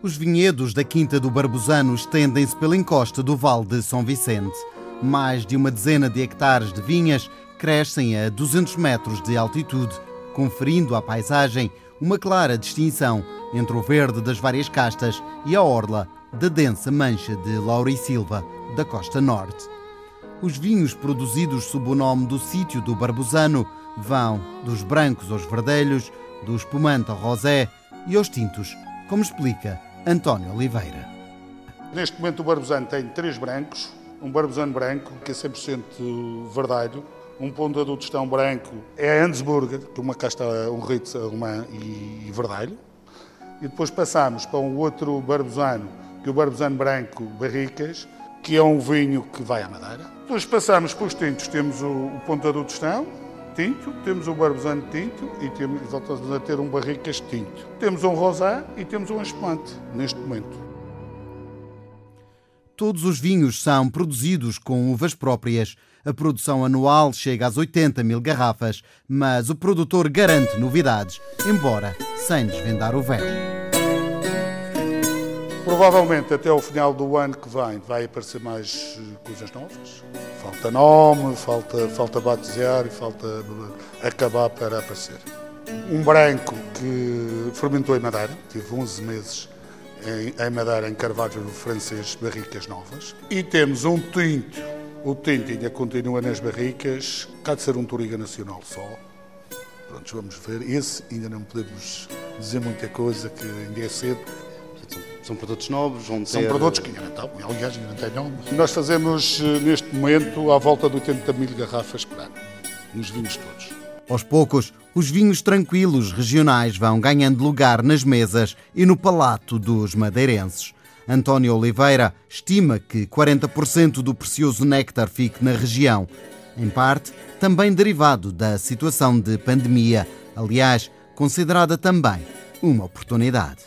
Os vinhedos da Quinta do Barbusano estendem-se pela encosta do Vale de São Vicente. Mais de uma dezena de hectares de vinhas crescem a 200 metros de altitude, conferindo à paisagem uma clara distinção entre o verde das várias castas e a orla da densa mancha de laurisilva da costa norte. Os vinhos produzidos sob o nome do Sítio do Barbusano vão dos brancos aos verdelhos, do espumante ao rosé e aos tintos, como explica António Oliveira. Neste momento o Barbusano tem 3 brancos, um Barbusano branco, que é 100% verdelho, um Ponta do Tostão branco, é a Ansburger, que é uma casta, um Ritz alemã e verdelho. E depois passamos para um outro Barbusano, que é o Barbusano branco Barricas, que é um vinho que vai à Madeira. Depois passamos para os tintos, temos o Ponta do Tostão, tinto, temos o Barbusano tinto e voltamos a ter um Barricas tinto. Temos um rosé e temos um espumante, neste momento. Todos os vinhos são produzidos com uvas próprias. A produção anual chega às 80 mil garrafas, mas o produtor garante novidades, embora sem desvendar o véu. Provavelmente até ao final do ano que vem vai aparecer mais coisas novas. Falta nome, falta batizar e falta acabar para aparecer. Um branco que fermentou em Madeira, tive 11 meses em Madeira, em carvalho francês, barricas novas. E temos um tinto, o tinto ainda continua nas barricas, cá de ser um Touriga Nacional só. Pronto, vamos ver. Esse ainda não podemos dizer muita coisa, que ainda é cedo. São produtos novos? São produtos que ainda não estão, aliás, ainda não têm nome. Nós fazemos, neste momento, à volta de 80 mil garrafas por ano, nos vinhos todos. Aos poucos, os vinhos tranquilos regionais vão ganhando lugar nas mesas e no palato dos madeirenses. António Oliveira estima que 40% do precioso néctar fique na região, em parte também derivado da situação de pandemia, aliás, considerada também uma oportunidade.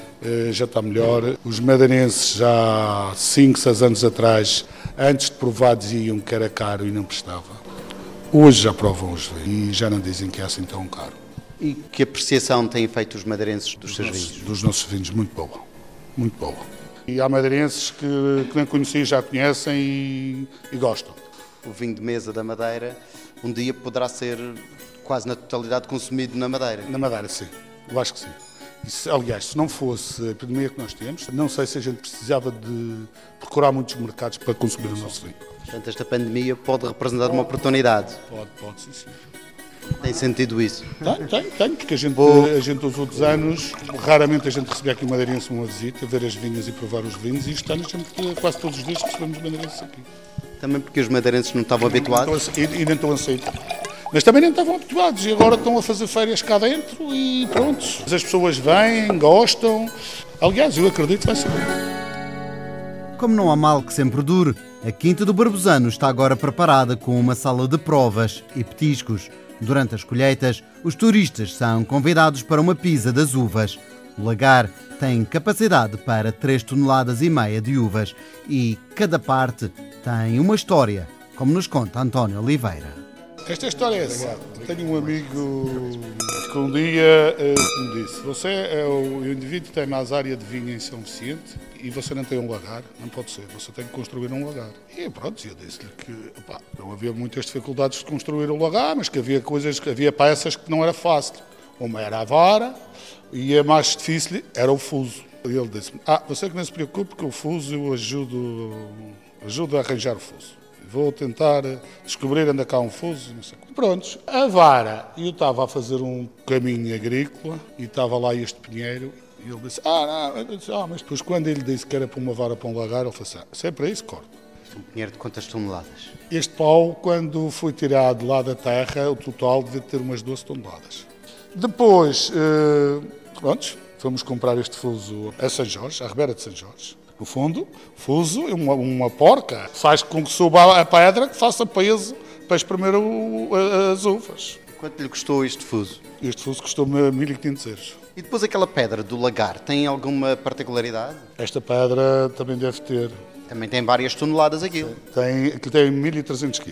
Já está melhor. Os madeirenses já há 5, 6 anos atrás, antes de provar, diziam que era caro e não prestava. Hoje já provam os vinhos e já não dizem que é assim tão caro. E que apreciação têm feito os madeirenses dos seus vinhos? Dos nossos vinhos, muito boa, muito boa. E há madeirenses que nem conheci, já conhecem e gostam. O vinho de mesa da Madeira um dia poderá ser quase na totalidade consumido na Madeira? Na Madeira, sim. Eu acho que sim. Aliás, se não fosse a epidemia que nós temos, não sei se a gente precisava de procurar muitos mercados para consumir o nosso vinho. Portanto, esta pandemia pode representar uma oportunidade? Pode, sim. Tem sentido isso? Tem, porque a gente os outros anos, raramente a gente recebia aqui um madeirense uma visita, ver as vinhas e provar os vinhos, e este ano a gente, quase todos os dias recebemos madeirenses aqui. Também porque os madeirenses não estavam habituados? E nem estão a sair. Mas também não estavam habituados e agora estão a fazer férias cá dentro e pronto. As pessoas vêm, gostam. Aliás, eu acredito que vai ser bom. Como não há mal que sempre dure, a Quinta do Barbusano está agora preparada com uma sala de provas e petiscos. Durante as colheitas, os turistas são convidados para uma pisa das uvas. O lagar tem capacidade para 3,5 toneladas de uvas e cada parte tem uma história, como nos conta António Oliveira. Esta história é assim. Tenho um amigo que um dia me disse: você é o indivíduo que tem mais área de vinho em São Vicente e você não tem um lagar? Não pode ser, você tem que construir um lagar. E pronto, eu disse-lhe que não havia muitas dificuldades de construir um lagar, mas que havia peças que não era fácil. Uma era a vara e a mais difícil era o fuso. E ele disse-me: você que não se preocupe, que o fuso eu ajudo a arranjar o fuso. Vou tentar descobrir onde é que há um fuso, não sei. Prontos, a vara, eu estava a fazer um caminho agrícola e estava lá este pinheiro e ele disse, mas depois quando ele disse que era para uma vara para um lagar, ele falou assim, se é para isso, corto. Um pinheiro de quantas toneladas? Este pau, quando foi tirado lá da terra, o total devia ter umas 12 toneladas. Depois, prontos, fomos comprar este fuso a São Jorge, à Ribeira de São Jorge. No fundo, fuso, uma porca, faz com que suba a pedra que faça peso para espremer as uvas. Quanto lhe custou este fuso? Este fuso custou-me 1.500 euros. E depois aquela pedra do lagar, tem alguma particularidade? Esta pedra também deve ter. Também tem várias toneladas aquilo. Aquilo tem 1.300 quilos.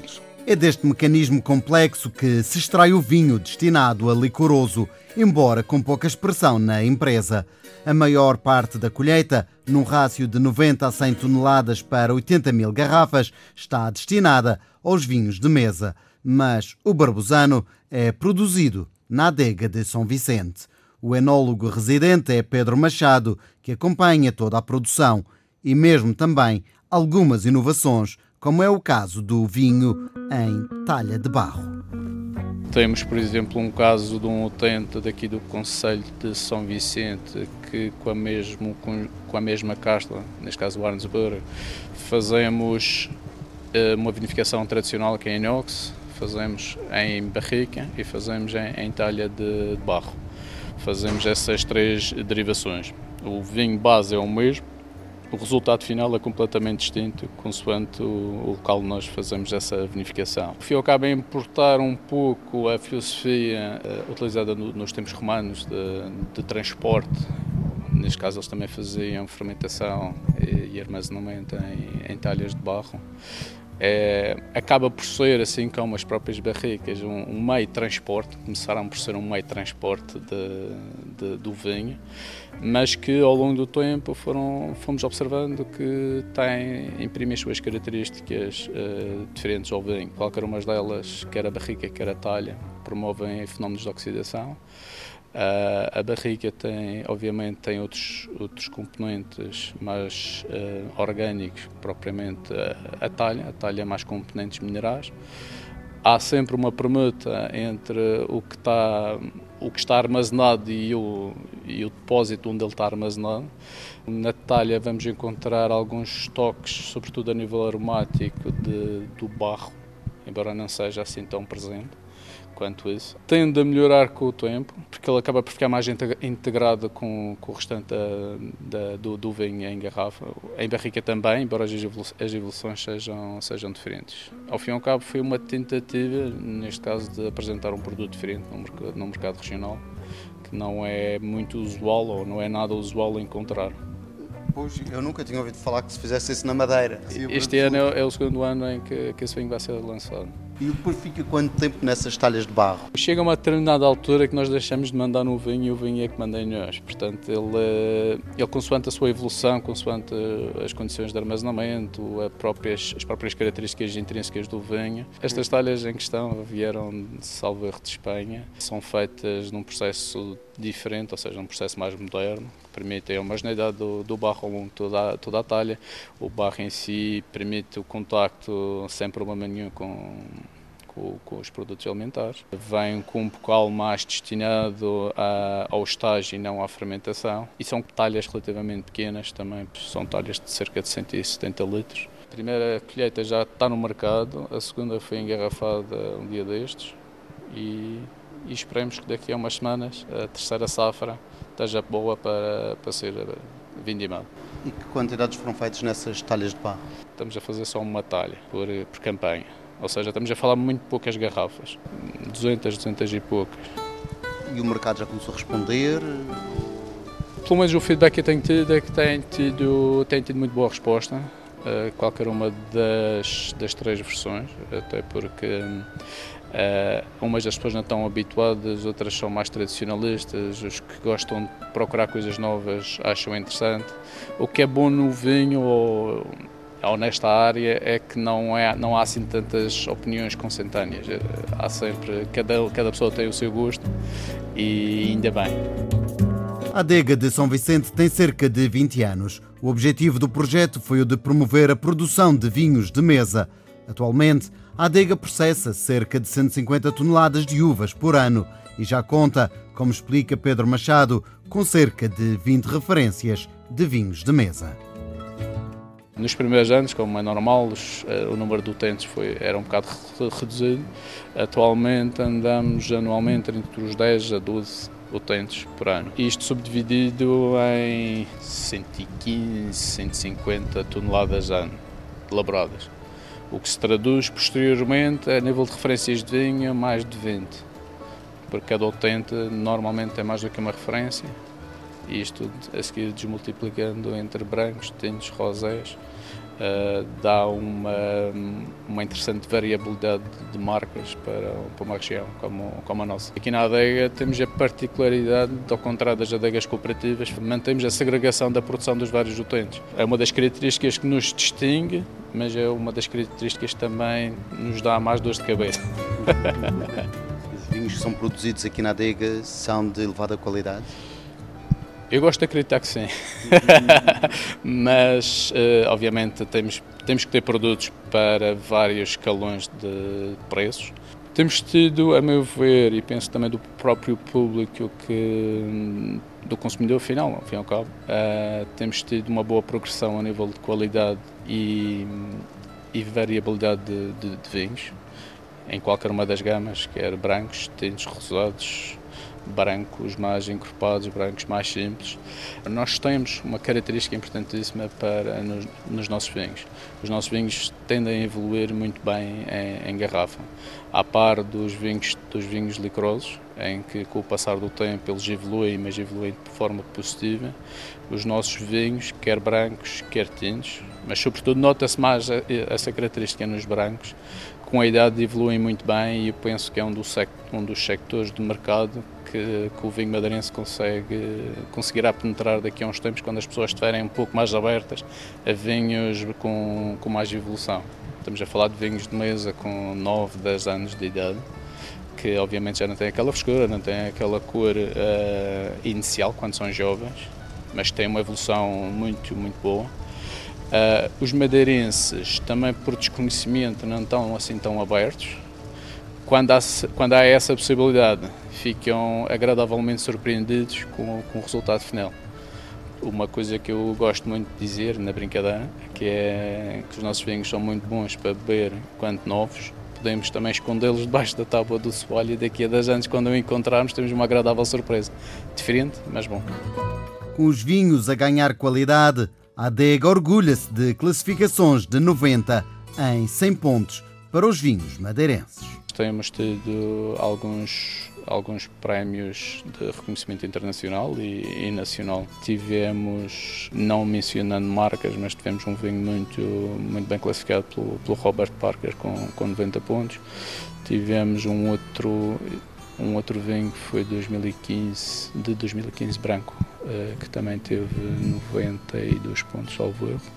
É deste mecanismo complexo que se extrai o vinho destinado a licoroso, embora com pouca expressão na empresa. A maior parte da colheita, num rácio de 90 a 100 toneladas para 80 mil garrafas, está destinada aos vinhos de mesa. Mas o barbusano é produzido na adega de São Vicente. O enólogo residente é Pedro Machado, que acompanha toda a produção e mesmo também algumas inovações, como é o caso do vinho em talha de barro. Temos, por exemplo, um caso de um utente daqui do concelho de São Vicente que com a mesma casta, neste caso o Arnsburg, fazemos uma vinificação tradicional que é em inox, fazemos em barrica e fazemos em talha de barro. Fazemos essas três derivações. O vinho base é o mesmo, o resultado final é completamente distinto, consoante o local onde nós fazemos essa vinificação. O fio acaba a importar um pouco a filosofia utilizada nos tempos romanos de transporte. Neste caso eles também faziam fermentação e armazenamento em talhas de barro. Acaba por ser, assim como as próprias barricas, um meio de transporte, começaram por ser um meio de transporte do vinho, mas que ao longo do tempo fomos observando que imprimem as suas características diferentes ao vinho. Qualquer uma delas, quer a barrica, quer a talha, promovem fenómenos de oxidação. A barrica obviamente tem outros componentes mais orgânicos, propriamente a talha é mais componentes minerais. Há sempre uma permuta entre o que está armazenado e o depósito onde ele está armazenado. Na talha vamos encontrar alguns toques, sobretudo a nível aromático, do barro, embora não seja assim tão presente quanto isso. Tende a melhorar com o tempo, porque ele acaba por ficar mais integrado com o restante do vinho em garrafa. Em barrica também, embora as evoluções sejam diferentes. Ao fim e ao cabo foi uma tentativa, neste caso, de apresentar um produto diferente no mercado regional, que não é muito usual ou não é nada usual encontrar. Pois, eu nunca tinha ouvido falar que se fizesse isso na Madeira. Este ano é o segundo ano em que esse vinho vai ser lançado. E depois fica quanto tempo nessas talhas de barro? Chega a uma determinada altura que nós deixamos de mandar no vinho e o vinho é que manda em nós. Portanto, ele consoante a sua evolução, consoante as condições de armazenamento, as próprias características intrínsecas do vinho. Estas talhas em questão vieram de salvo erro de Espanha. São feitas num processo diferente, ou seja, num processo mais moderno, que permite a homogeneidade do barro ao longo de toda a talha. O barro em si permite o contacto sem problema nenhum com os produtos alimentares. Vem com um bocal mais destinado ao estágio e não à fermentação. E são talhas relativamente pequenas também, são talhas de cerca de 170 litros. A primeira colheita já está no mercado, a segunda foi engarrafada um dia destes e esperemos que daqui a umas semanas a terceira safra esteja boa para ser vindimada. E que quantidades foram feitas nessas talhas de barro? Estamos a fazer só uma talha por campanha. Ou seja, estamos a falar muito poucas garrafas, 200 e poucas. E o mercado já começou a responder? Pelo menos o feedback que eu tenho tido é que tem tido muito boa resposta, qualquer uma das três versões, até porque umas das pessoas não estão habituadas, outras são mais tradicionalistas, os que gostam de procurar coisas novas acham interessante. O que é bom no vinho ou nesta área é que não há assim tantas opiniões consentâneas. Há sempre, cada pessoa tem o seu gosto e ainda bem. A adega de São Vicente tem cerca de 20 anos. O objetivo do projeto foi o de promover a produção de vinhos de mesa. Atualmente, a adega processa cerca de 150 toneladas de uvas por ano e já conta, como explica Pedro Machado, com cerca de 20 referências de vinhos de mesa. Nos primeiros anos, como é normal, o número de utentes era um bocado reduzido. Atualmente andamos anualmente entre os 10 a 12 utentes por ano. Isto subdividido em 115, 150 toneladas ano, elaboradas. O que se traduz posteriormente a nível de referências de vinho, mais de 20. Porque cada utente normalmente tem mais do que uma referência. E isto a seguir desmultiplicando entre brancos, tintos, rosés, dá uma interessante variabilidade de marcas para uma região como a nossa. Aqui na adega temos a particularidade, ao contrário das adegas cooperativas, mantemos a segregação da produção dos vários utentes. É uma das características que nos distingue, mas é uma das características que também nos dá mais dores de cabeça. Os vinhos que são produzidos aqui na adega são de elevada qualidade? Eu gosto de acreditar que sim, mas obviamente temos que ter produtos para vários escalões de preços. Temos tido, a meu ver, e penso também do próprio público, do consumidor final, ao fim e ao cabo, temos tido uma boa progressão a nível de qualidade e variabilidade de vinhos, em qualquer uma das gamas, quer brancos, tintos, rosados, brancos mais encorpados, brancos mais simples. Nós temos uma característica importantíssima nos nossos vinhos. Os nossos vinhos tendem a evoluir muito bem em garrafa, à par dos vinhos licorosos, em que com o passar do tempo eles evoluem, mas evoluem de forma positiva. Os nossos vinhos, quer brancos, quer tintos, mas sobretudo nota-se mais essa característica nos brancos, com a idade evoluem muito bem e eu penso que é um dos sectores do mercado que o vinho madeirense conseguirá penetrar daqui a uns tempos, quando as pessoas estiverem um pouco mais abertas a vinhos com mais evolução. Estamos a falar de vinhos de mesa com 9, 10 anos de idade, que obviamente já não têm aquela frescura, não têm aquela cor inicial quando são jovens, mas têm uma evolução muito, muito boa. Os madeirenses, também por desconhecimento, não estão assim tão abertos. Quando há essa possibilidade, ficam agradavelmente surpreendidos com o resultado final. Uma coisa que eu gosto muito de dizer, na brincadeira, que é que os nossos vinhos são muito bons para beber enquanto novos. Podemos também escondê-los debaixo da tábua do soalho e daqui a 10 anos, quando o encontrarmos, temos uma agradável surpresa. Diferente, mas bom. Com os vinhos a ganhar qualidade, a adega orgulha-se de classificações de 90 em 100 pontos para os vinhos madeirenses. Temos tido alguns prémios de reconhecimento internacional e nacional. Tivemos, não mencionando marcas, mas tivemos um vinho muito bem classificado pelo Robert Parker com 90 pontos. Tivemos um outro vinho que foi de 2015 branco, que também teve 92 pontos, salvo erro,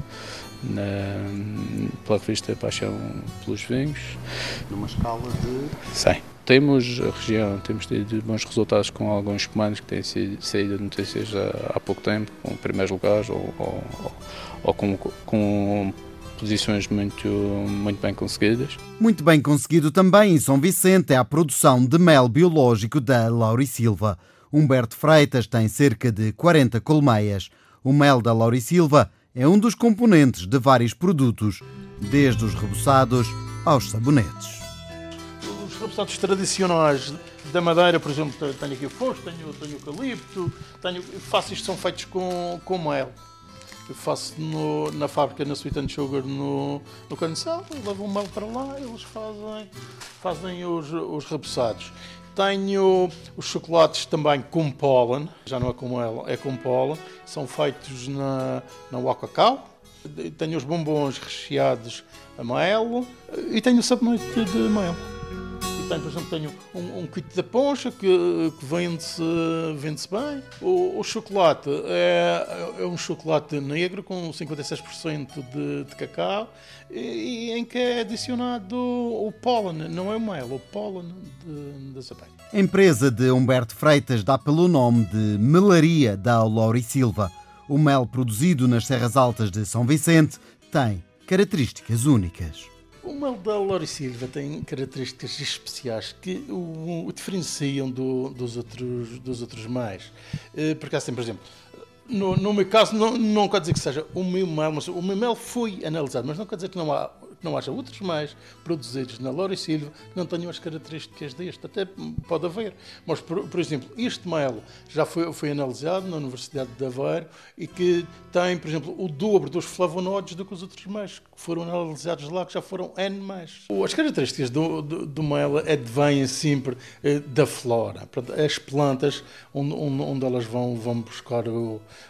pela revista Paixão pelos Vinhos. Numa escala de 100. Temos tido bons resultados com alguns comandos que têm saído de notícias há pouco tempo, com primeiros lugares ou com posições muito bem conseguidas. Muito bem conseguido também em São Vicente é a produção de mel biológico da Laurisilva. Humberto Freitas tem cerca de 40 colmeias. O mel da Laurisilva é um dos componentes de vários produtos, desde os reboçados aos sabonetes. Os reboçados tradicionais da Madeira, por exemplo, tenho aqui o fosto, tenho o eucalipto, faço isto, são feitos com mel. Eu faço na fábrica, na Sweet and Sugar, no Canessal, levo o mel para lá, eles fazem os reboçados. Tenho os chocolates também com pólen, já não é com mel, é com pólen, são feitos na Cacau. Tenho os bombons recheados a mel e tenho o sabonete de mel. Por exemplo, tenho um kit da poncha que vende-se bem. O chocolate é um chocolate negro com 56% de cacau e em que é adicionado o pólen, não é o mel, o pólen das abelhas. A empresa de Humberto Freitas dá pelo nome de Melaria da Laurisilva. O mel produzido nas Serras Altas de São Vicente tem características únicas. O mel da Laurisilva tem características especiais que o diferenciam dos outros mais. Porque assim, por exemplo, no meu caso, não quer dizer que seja o meu mel, mas o meu mel foi analisado, mas não quer dizer que não haja outros mais produzidos na Laurisilva que não tenham as características deste. Até pode haver. Mas, por exemplo, este mel já foi analisado na Universidade de Aveiro e que tem, por exemplo, o dobro dos flavonoides do que os outros mais que foram analisados lá, que já foram N mais. As características do mel advêm sempre da flora. As plantas onde elas vão buscar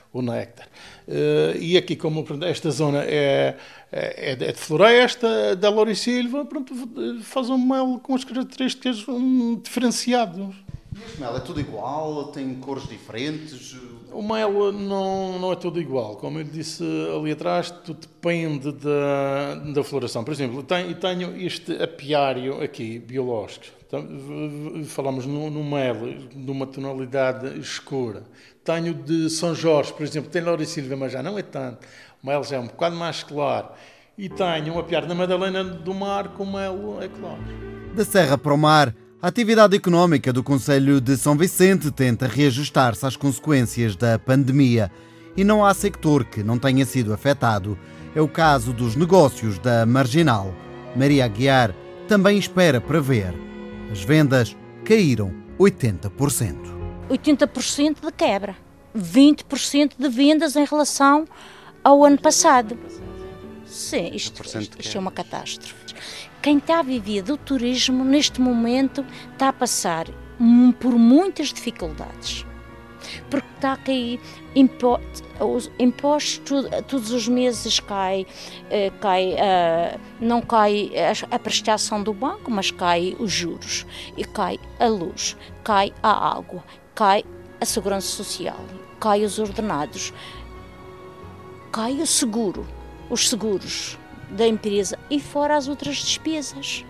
o néctar. E aqui, como esta zona é de floresta, da Laurisilva, pronto, faz um mel com as características diferenciadas. E este mel é tudo igual? Tem cores diferentes? O mel não é tudo igual. Como eu disse ali atrás, tudo depende da floração. Por exemplo, tenho este apiário aqui, biológico. Então, falamos no mel de uma tonalidade escura. Tenho de São Jorge, por exemplo, tem Laurisilva, mas já não é tanto. O mel já é um bocado mais claro. E tenho um apiário da Madalena do Mar com mel é claro. Da Serra para o Mar, a atividade económica do concelho de São Vicente tenta reajustar-se às consequências da pandemia e não há sector que não tenha sido afetado. É o caso dos negócios da Marginal. Maria Aguiar também espera para ver. As vendas caíram 80%. 80% de quebra, 20% de vendas em relação ao ano passado. Sim, isto é uma catástrofe. Quem está a viver do turismo, neste momento, está a passar por muitas dificuldades. Porque está a cair impostos, todos os meses não cai a prestação do banco, mas cai os juros, e cai a luz, cai a água, cai a segurança social, cai os ordenados, cai o seguro, os seguros da empresa e fora as outras despesas.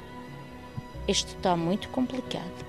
Isto está muito complicado.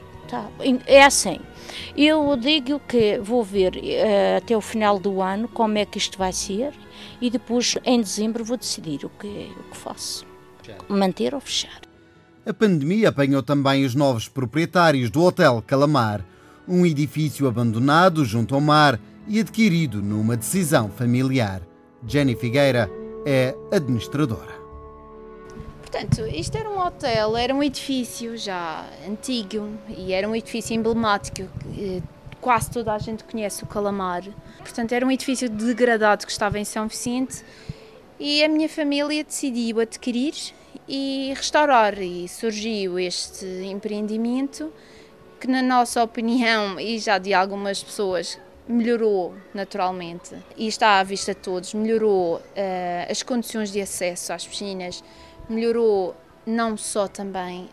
É assim, eu digo que vou ver até o final do ano como é que isto vai ser e depois em dezembro vou decidir o que faço, manter ou fechar. A pandemia apanhou também os novos proprietários do Hotel Calamar, um edifício abandonado junto ao mar e adquirido numa decisão familiar. Jenny Figueira é administradora. Portanto, isto era um hotel, era um edifício já antigo e era um edifício emblemático, quase toda a gente conhece o Calamar. Portanto, era um edifício degradado que estava em São Vicente e a minha família decidiu adquirir e restaurar, e surgiu este empreendimento que, na nossa opinião e já de algumas pessoas, melhorou naturalmente e está à vista de todos, melhorou as condições de acesso às piscinas, melhorou não só também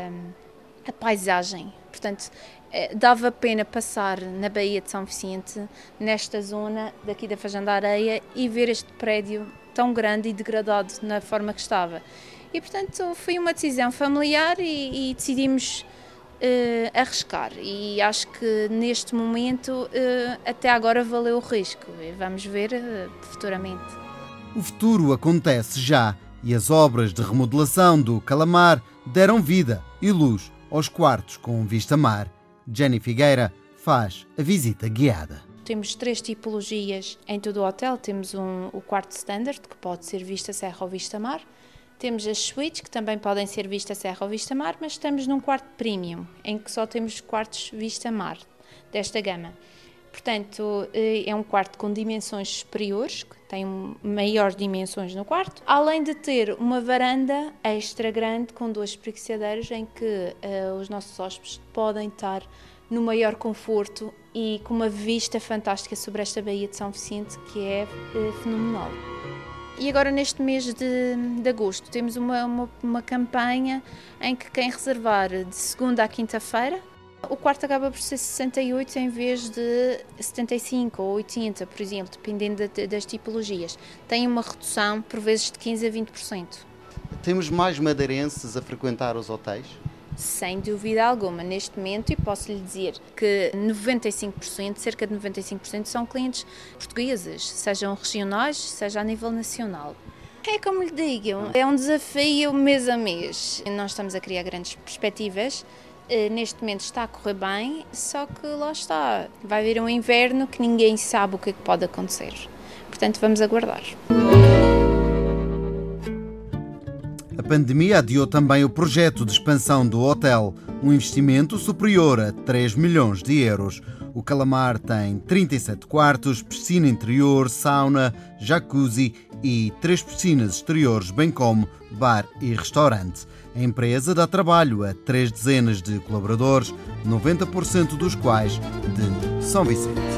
a paisagem, portanto dava pena passar na Baía de São Vicente, nesta zona daqui da Fajã da Areia e ver este prédio tão grande e degradado na forma que estava. E portanto foi uma decisão familiar e decidimos arriscar e acho que neste momento até agora valeu o risco. Vamos ver futuramente. O futuro acontece já e as obras de remodelação do Calamar deram vida e luz aos quartos com vista mar. Jenny Figueira faz a visita guiada. Temos 3 tipologias em todo o hotel. Temos o quarto standard, que pode ser vista serra ou vista mar. Temos as suítes, que também podem ser vista serra ou vista mar, mas estamos num quarto premium, em que só temos quartos vista mar, desta gama. Portanto, é um quarto com dimensões superiores, que tem maiores dimensões no quarto, além de ter uma varanda extra grande com 2 espreguiçadeiras em que os nossos hóspedes podem estar no maior conforto e com uma vista fantástica sobre esta Baía de São Vicente, que é fenomenal. E agora neste mês de agosto temos uma campanha em que quem reservar de segunda à quinta-feira, o quarto acaba por ser 68 em vez de 75 ou 80, por exemplo, dependendo das tipologias. Tem uma redução por vezes de 15% a 20%. Temos mais madeirenses a frequentar os hotéis? Sem dúvida alguma, neste momento, e posso lhe dizer que 95%, cerca de 95% são clientes portugueses, sejam regionais, seja a nível nacional. É como lhe digo, é um desafio mês a mês. Nós estamos a criar grandes perspectivas, neste momento está a correr bem, só que lá está, vai vir um inverno que ninguém sabe o que é que pode acontecer. Portanto, vamos aguardar. A pandemia adiou também o projeto de expansão do hotel, um investimento superior a 3 milhões de euros. O Calamar tem 37 quartos, piscina interior, sauna, jacuzzi e 3 piscinas exteriores, bem como bar e restaurante. A empresa dá trabalho a 3 dezenas de colaboradores, 90% dos quais de São Vicente.